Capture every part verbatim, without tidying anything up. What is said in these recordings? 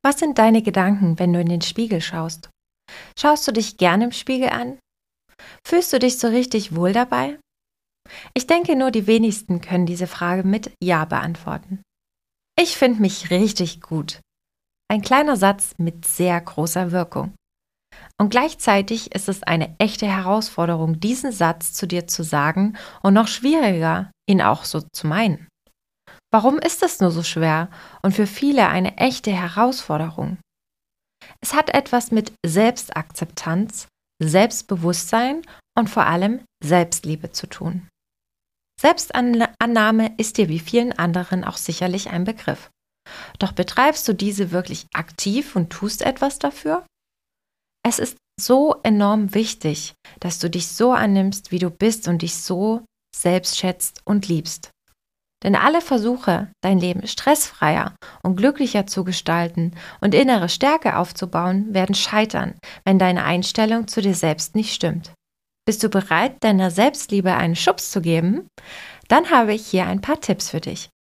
Was sind deine Gedanken, wenn du in den Spiegel schaust? Schaust du dich gern im Spiegel an? Fühlst du dich so richtig wohl dabei? Ich denke, nur die wenigsten können diese Frage mit Ja beantworten. Ich finde mich richtig gut. Ein kleiner Satz mit sehr großer Wirkung. Und gleichzeitig ist es eine echte Herausforderung, diesen Satz zu dir zu sagen und noch schwieriger, ihn auch so zu meinen. Warum ist es nur so schwer und für viele eine echte Herausforderung? Es hat etwas mit Selbstakzeptanz, Selbstbewusstsein und vor allem Selbstliebe zu tun. Selbstannahme ist dir wie vielen anderen auch sicherlich ein Begriff. Doch betreibst du diese wirklich aktiv und tust etwas dafür? Es ist so enorm wichtig, dass du dich so annimmst, wie du bist und dich so selbst schätzt und liebst. Denn alle Versuche, dein Leben stressfreier und glücklicher zu gestalten und innere Stärke aufzubauen, werden scheitern, wenn deine Einstellung zu dir selbst nicht stimmt. Bist du bereit, deiner Selbstliebe einen Schubs zu geben? Dann habe ich hier ein paar Tipps für dich.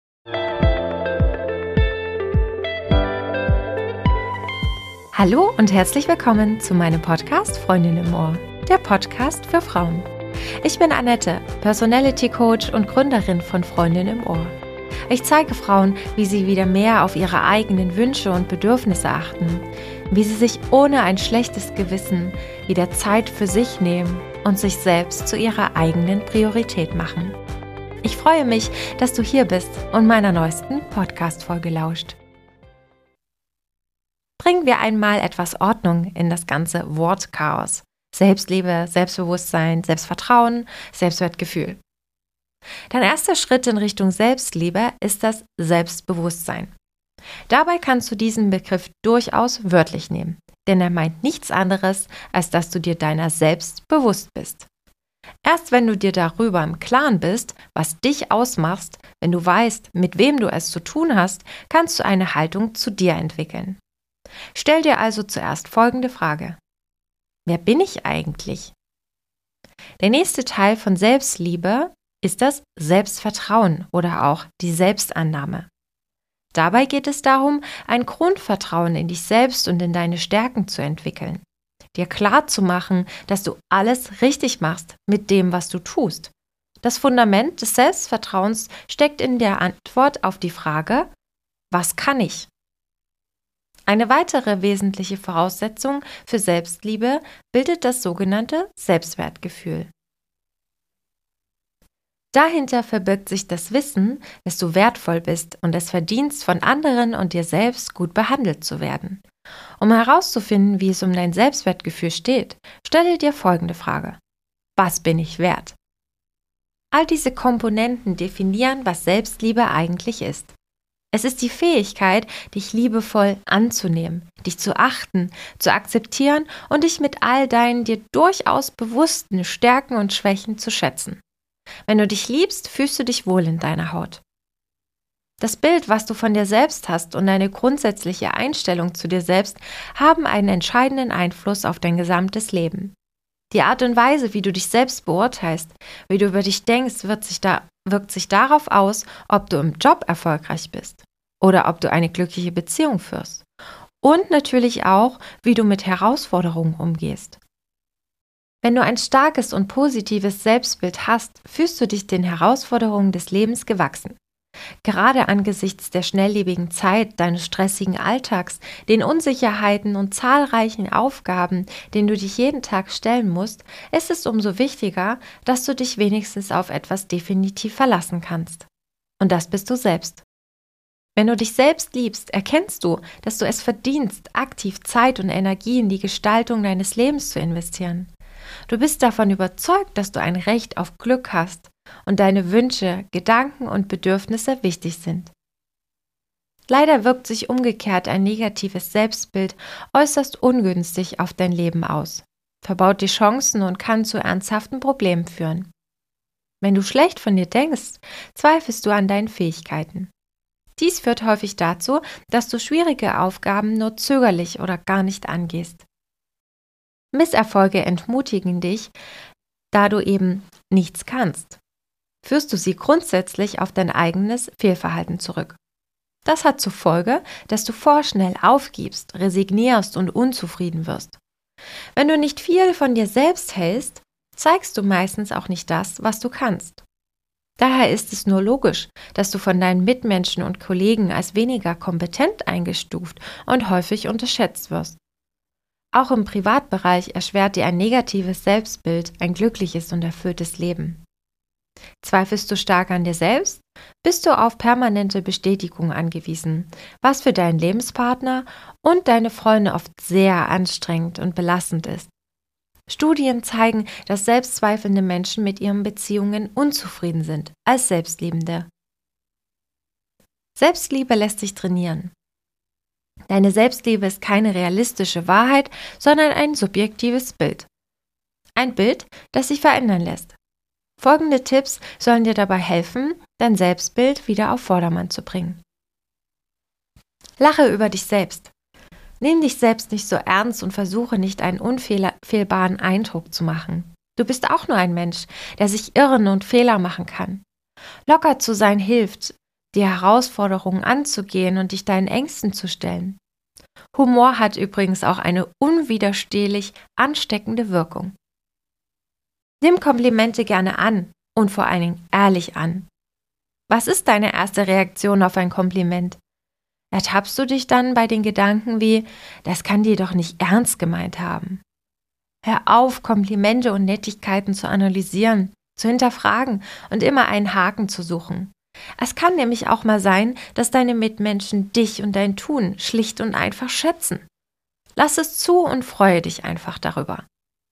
Hallo und herzlich willkommen zu meinem Podcast Freundin im Ohr, der Podcast für Frauen. Ich bin Annette, Personality Coach und Gründerin von Freundin im Ohr. Ich zeige Frauen, wie sie wieder mehr auf ihre eigenen Wünsche und Bedürfnisse achten, wie sie sich ohne ein schlechtes Gewissen wieder Zeit für sich nehmen und sich selbst zu ihrer eigenen Priorität machen. Ich freue mich, dass du hier bist und meiner neuesten Podcast-Folge lauscht. Bringen wir einmal etwas Ordnung in das ganze Wortchaos. Selbstliebe, Selbstbewusstsein, Selbstvertrauen, Selbstwertgefühl. Dein erster Schritt in Richtung Selbstliebe ist das Selbstbewusstsein. Dabei kannst du diesen Begriff durchaus wörtlich nehmen, denn er meint nichts anderes, als dass du dir deiner selbst bewusst bist. Erst wenn du dir darüber im Klaren bist, was dich ausmacht, wenn du weißt, mit wem du es zu tun hast, kannst du eine Haltung zu dir entwickeln. Stell dir also zuerst folgende Frage. Wer bin ich eigentlich? Der nächste Teil von Selbstliebe ist das Selbstvertrauen oder auch die Selbstannahme. Dabei geht es darum, ein Grundvertrauen in dich selbst und in deine Stärken zu entwickeln. Dir klar zu machen, dass du alles richtig machst mit dem, was du tust. Das Fundament des Selbstvertrauens steckt in der Antwort auf die Frage, was kann ich? Eine weitere wesentliche Voraussetzung für Selbstliebe bildet das sogenannte Selbstwertgefühl. Dahinter verbirgt sich das Wissen, dass du wertvoll bist und es verdienst, von anderen und dir selbst gut behandelt zu werden. Um herauszufinden, wie es um dein Selbstwertgefühl steht, stelle dir folgende Frage. Was bin ich wert? All diese Komponenten definieren, was Selbstliebe eigentlich ist. Es ist die Fähigkeit, dich liebevoll anzunehmen, dich zu achten, zu akzeptieren und dich mit all deinen dir durchaus bewussten Stärken und Schwächen zu schätzen. Wenn du dich liebst, fühlst du dich wohl in deiner Haut. Das Bild, was du von dir selbst hast und deine grundsätzliche Einstellung zu dir selbst haben einen entscheidenden Einfluss auf dein gesamtes Leben. Die Art und Weise, wie du dich selbst beurteilst, wie du über dich denkst, wird sich da, wirkt sich darauf aus, ob du im Job erfolgreich bist oder ob du eine glückliche Beziehung führst. Und natürlich auch, wie du mit Herausforderungen umgehst. Wenn du ein starkes und positives Selbstbild hast, fühlst du dich den Herausforderungen des Lebens gewachsen. Gerade angesichts der schnelllebigen Zeit, deines stressigen Alltags, den Unsicherheiten und zahlreichen Aufgaben, denen du dich jeden Tag stellen musst, ist es umso wichtiger, dass du dich wenigstens auf etwas definitiv verlassen kannst. Und das bist du selbst. Wenn du dich selbst liebst, erkennst du, dass du es verdienst, aktiv Zeit und Energie in die Gestaltung deines Lebens zu investieren. Du bist davon überzeugt, dass du ein Recht auf Glück hast und deine Wünsche, Gedanken und Bedürfnisse wichtig sind. Leider wirkt sich umgekehrt ein negatives Selbstbild äußerst ungünstig auf dein Leben aus, verbaut die Chancen und kann zu ernsthaften Problemen führen. Wenn du schlecht von dir denkst, zweifelst du an deinen Fähigkeiten. Dies führt häufig dazu, dass du schwierige Aufgaben nur zögerlich oder gar nicht angehst. Misserfolge entmutigen dich, da du eben nichts kannst. Führst du sie grundsätzlich auf dein eigenes Fehlverhalten zurück. Das hat zur Folge, dass du vorschnell aufgibst, resignierst und unzufrieden wirst. Wenn du nicht viel von dir selbst hältst, zeigst du meistens auch nicht das, was du kannst. Daher ist es nur logisch, dass du von deinen Mitmenschen und Kollegen als weniger kompetent eingestuft und häufig unterschätzt wirst. Auch im Privatbereich erschwert dir ein negatives Selbstbild ein glückliches und erfülltes Leben. Zweifelst du stark an dir selbst, bist du auf permanente Bestätigung angewiesen, was für deinen Lebenspartner und deine Freunde oft sehr anstrengend und belastend ist. Studien zeigen, dass selbstzweifelnde Menschen mit ihren Beziehungen unzufrieden sind als Selbstliebende. Selbstliebe lässt sich trainieren. Deine Selbstliebe ist keine realistische Wahrheit, sondern ein subjektives Bild. Ein Bild, das sich verändern lässt. Folgende Tipps sollen dir dabei helfen, dein Selbstbild wieder auf Vordermann zu bringen. Lache über dich selbst. Nimm dich selbst nicht so ernst und versuche nicht einen unfehlbaren Eindruck zu machen. Du bist auch nur ein Mensch, der sich irren und Fehler machen kann. Locker zu sein hilft, die Herausforderungen anzugehen und dich deinen Ängsten zu stellen. Humor hat übrigens auch eine unwiderstehlich ansteckende Wirkung. Nimm Komplimente gerne an und vor allen Dingen ehrlich an. Was ist deine erste Reaktion auf ein Kompliment? Ertappst du dich dann bei den Gedanken wie, das kann die doch nicht ernst gemeint haben? Hör auf, Komplimente und Nettigkeiten zu analysieren, zu hinterfragen und immer einen Haken zu suchen. Es kann nämlich auch mal sein, dass deine Mitmenschen dich und dein Tun schlicht und einfach schätzen. Lass es zu und freue dich einfach darüber.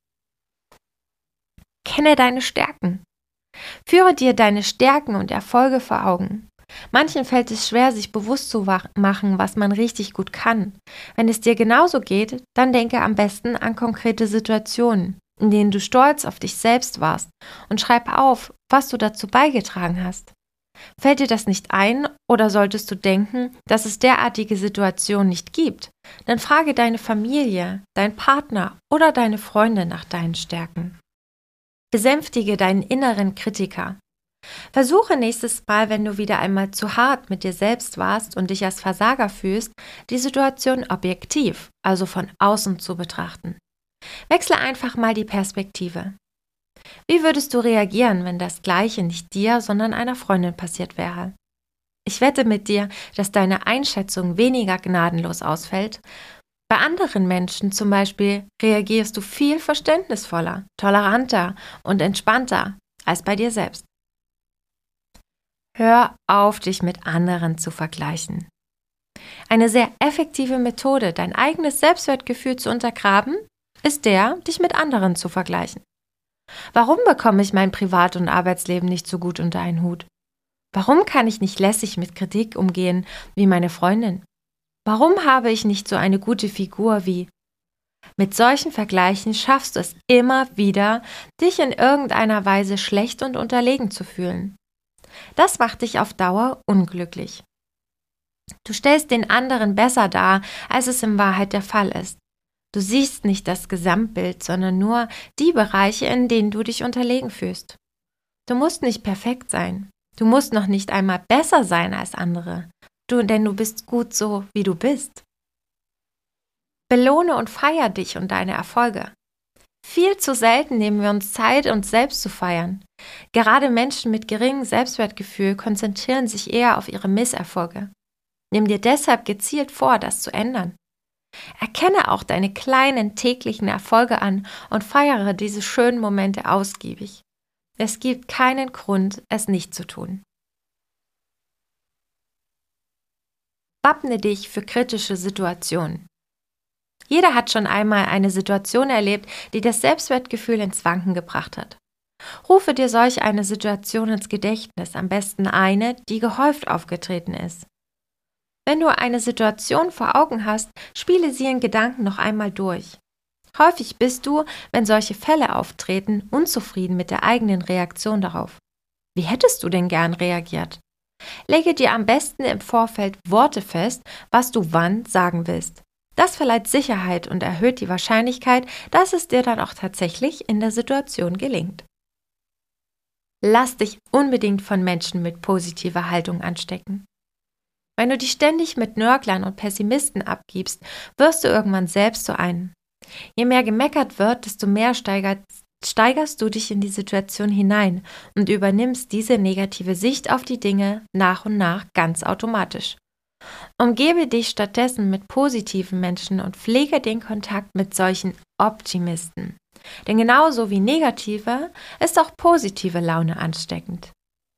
Kenne deine Stärken. Führe dir deine Stärken und Erfolge vor Augen. Manchen fällt es schwer, sich bewusst zu machen, was man richtig gut kann. Wenn es dir genauso geht, dann denke am besten an konkrete Situationen, in denen du stolz auf dich selbst warst und schreib auf, was du dazu beigetragen hast. Fällt dir das nicht ein oder solltest du denken, dass es derartige Situationen nicht gibt, dann frage deine Familie, dein Partner oder deine Freunde nach deinen Stärken. Besänftige deinen inneren Kritiker. Versuche nächstes Mal, wenn du wieder einmal zu hart mit dir selbst warst und dich als Versager fühlst, die Situation objektiv, also von außen zu betrachten. Wechsle einfach mal die Perspektive. Wie würdest du reagieren, wenn das Gleiche nicht dir, sondern einer Freundin passiert wäre? Ich wette mit dir, dass deine Einschätzung weniger gnadenlos ausfällt. Bei anderen Menschen zum Beispiel reagierst du viel verständnisvoller, toleranter und entspannter als bei dir selbst. Hör auf, dich mit anderen zu vergleichen. Eine sehr effektive Methode, dein eigenes Selbstwertgefühl zu untergraben, ist der, dich mit anderen zu vergleichen. Warum bekomme ich mein Privat- und Arbeitsleben nicht so gut unter einen Hut? Warum kann ich nicht lässig mit Kritik umgehen wie meine Freundin? Warum habe ich nicht so eine gute Figur wie? Mit solchen Vergleichen schaffst du es immer wieder, dich in irgendeiner Weise schlecht und unterlegen zu fühlen. Das macht dich auf Dauer unglücklich. Du stellst den anderen besser dar, als es in Wahrheit der Fall ist. Du siehst nicht das Gesamtbild, sondern nur die Bereiche, in denen du dich unterlegen fühlst. Du musst nicht perfekt sein. Du musst noch nicht einmal besser sein als andere. Du, denn du bist gut so, wie du bist. Belohne und feier dich und deine Erfolge. Viel zu selten nehmen wir uns Zeit, uns selbst zu feiern. Gerade Menschen mit geringem Selbstwertgefühl konzentrieren sich eher auf ihre Misserfolge. Nimm dir deshalb gezielt vor, das zu ändern. Erkenne auch deine kleinen täglichen Erfolge an und feiere diese schönen Momente ausgiebig. Es gibt keinen Grund, es nicht zu tun. Wappne dich für kritische Situationen. Jeder hat schon einmal eine Situation erlebt, die das Selbstwertgefühl ins Wanken gebracht hat. Rufe dir solch eine Situation ins Gedächtnis, am besten eine, die gehäuft aufgetreten ist. Wenn du eine Situation vor Augen hast, spiele sie in Gedanken noch einmal durch. Häufig bist du, wenn solche Fälle auftreten, unzufrieden mit der eigenen Reaktion darauf. Wie hättest du denn gern reagiert? Lege dir am besten im Vorfeld Worte fest, was du wann sagen willst. Das verleiht Sicherheit und erhöht die Wahrscheinlichkeit, dass es dir dann auch tatsächlich in der Situation gelingt. Lass dich unbedingt von Menschen mit positiver Haltung anstecken. Wenn du dich ständig mit Nörglern und Pessimisten abgibst, wirst du irgendwann selbst so einen. Je mehr gemeckert wird, desto mehr steigert, steigerst du dich in die Situation hinein und übernimmst diese negative Sicht auf die Dinge nach und nach ganz automatisch. Umgebe dich stattdessen mit positiven Menschen und pflege den Kontakt mit solchen Optimisten. Denn genauso wie negative ist auch positive Laune ansteckend.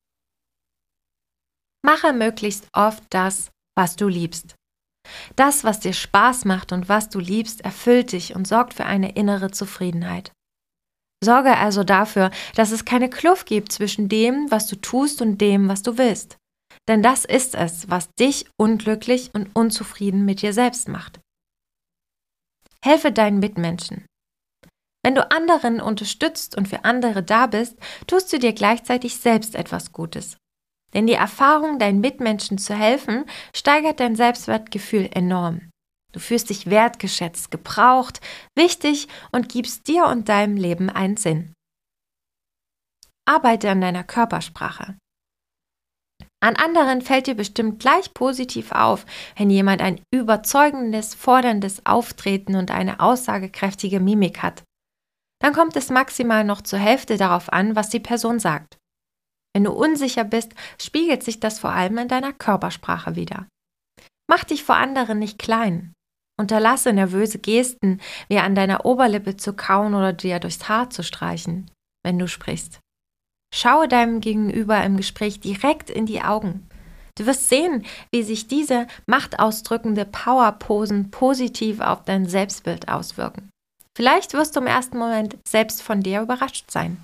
Mache möglichst oft das, was du liebst. Das, was dir Spaß macht und was du liebst, erfüllt dich und sorgt für eine innere Zufriedenheit. Sorge also dafür, dass es keine Kluft gibt zwischen dem, was du tust und dem, was du willst. Denn das ist es, was dich unglücklich und unzufrieden mit dir selbst macht. Helfe deinen Mitmenschen. Wenn du anderen unterstützt und für andere da bist, tust du dir gleichzeitig selbst etwas Gutes. Denn die Erfahrung, deinen Mitmenschen zu helfen, steigert dein Selbstwertgefühl enorm. Du fühlst dich wertgeschätzt, gebraucht, wichtig und gibst dir und deinem Leben einen Sinn. Arbeite an deiner Körpersprache. An anderen fällt dir bestimmt gleich positiv auf, wenn jemand ein überzeugendes, forderndes Auftreten und eine aussagekräftige Mimik hat. Dann kommt es maximal noch zur Hälfte darauf an, was die Person sagt. Wenn du unsicher bist, spiegelt sich das vor allem in deiner Körpersprache wider. Mach dich vor anderen nicht klein. Unterlasse nervöse Gesten, wie an deiner Oberlippe zu kauen oder dir durchs Haar zu streichen, wenn du sprichst. Schaue deinem Gegenüber im Gespräch direkt in die Augen. Du wirst sehen, wie sich diese machtausdrückende Powerposen positiv auf dein Selbstbild auswirken. Vielleicht wirst du im ersten Moment selbst von dir überrascht sein.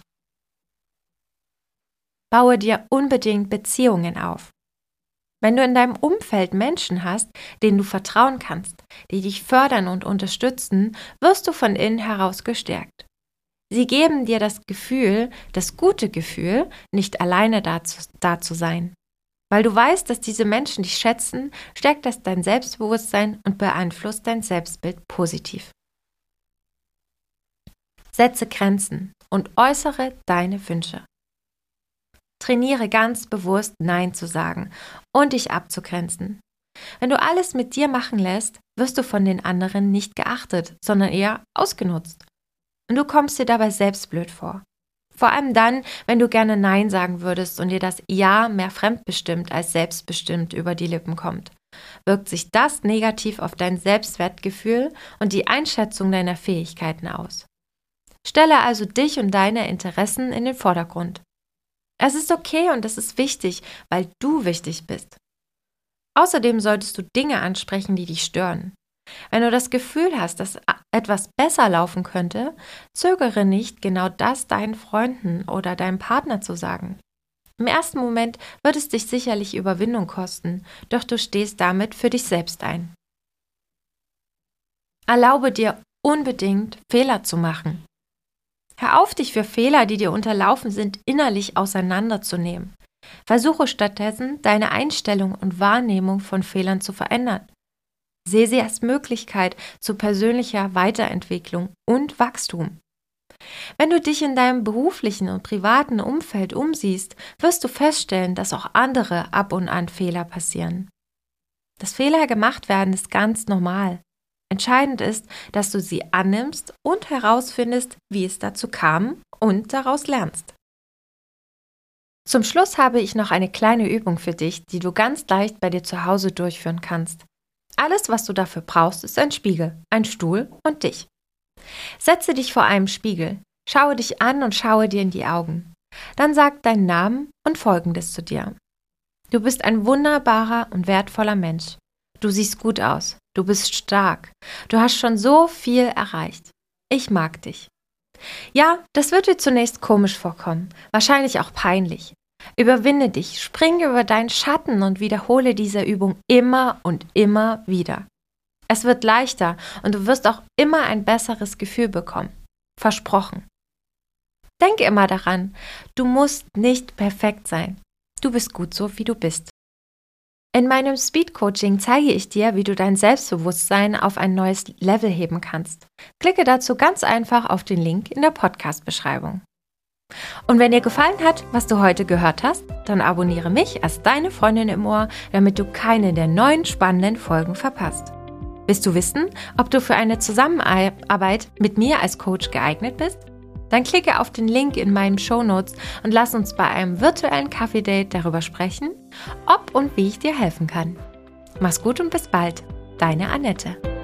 Baue dir unbedingt Beziehungen auf. Wenn du in deinem Umfeld Menschen hast, denen du vertrauen kannst, die dich fördern und unterstützen, wirst du von innen heraus gestärkt. Sie geben dir das Gefühl, das gute Gefühl, nicht alleine da zu, da zu sein. Weil du weißt, dass diese Menschen dich schätzen, stärkt das dein Selbstbewusstsein und beeinflusst dein Selbstbild positiv. Setze Grenzen und äußere deine Wünsche. Trainiere ganz bewusst Nein zu sagen und dich abzugrenzen. Wenn du alles mit dir machen lässt, wirst du von den anderen nicht geachtet, sondern eher ausgenutzt. Und du kommst dir dabei selbst blöd vor. Vor allem dann, wenn du gerne Nein sagen würdest und dir das Ja mehr fremdbestimmt als selbstbestimmt über die Lippen kommt, wirkt sich das negativ auf dein Selbstwertgefühl und die Einschätzung deiner Fähigkeiten aus. Stelle also dich und deine Interessen in den Vordergrund. Es ist okay und es ist wichtig, weil du wichtig bist. Außerdem solltest du Dinge ansprechen, die dich stören. Wenn du das Gefühl hast, dass etwas besser laufen könnte, zögere nicht, genau das deinen Freunden oder deinem Partner zu sagen. Im ersten Moment wird es dich sicherlich Überwindung kosten, doch du stehst damit für dich selbst ein. Erlaube dir unbedingt, Fehler zu machen. Hör auf, dich für Fehler, die dir unterlaufen sind, innerlich auseinanderzunehmen. Versuche stattdessen, deine Einstellung und Wahrnehmung von Fehlern zu verändern. Sehe sie als Möglichkeit zu persönlicher Weiterentwicklung und Wachstum. Wenn du dich in deinem beruflichen und privaten Umfeld umsiehst, wirst du feststellen, dass auch andere ab und an Fehler passieren. Dass Fehler gemacht werden, ist ganz normal. Entscheidend ist, dass du sie annimmst und herausfindest, wie es dazu kam und daraus lernst. Zum Schluss habe ich noch eine kleine Übung für dich, die du ganz leicht bei dir zu Hause durchführen kannst. Alles, was du dafür brauchst, ist ein Spiegel, ein Stuhl und dich. Setze dich vor einem Spiegel, schaue dich an und schaue dir in die Augen. Dann sag deinen Namen und Folgendes zu dir. Du bist ein wunderbarer und wertvoller Mensch. Du siehst gut aus. Du bist stark. Du hast schon so viel erreicht. Ich mag dich. Ja, das wird dir zunächst komisch vorkommen, wahrscheinlich auch peinlich. Überwinde dich, spring über deinen Schatten und wiederhole diese Übung immer und immer wieder. Es wird leichter und du wirst auch immer ein besseres Gefühl bekommen. Versprochen. Denke immer daran, du musst nicht perfekt sein. Du bist gut so, wie du bist. In meinem Speed-Coaching zeige ich dir, wie du dein Selbstbewusstsein auf ein neues Level heben kannst. Klicke dazu ganz einfach auf den Link in der Podcast-Beschreibung. Und wenn dir gefallen hat, was du heute gehört hast, dann abonniere mich als deine Freundin im Ohr, damit du keine der neuen spannenden Folgen verpasst. Willst du wissen, ob du für eine Zusammenarbeit mit mir als Coach geeignet bist? Dann klicke auf den Link in meinen Shownotes und lass uns bei einem virtuellen Kaffee-Date darüber sprechen, ob und wie ich dir helfen kann. Mach's gut und bis bald, deine Annette.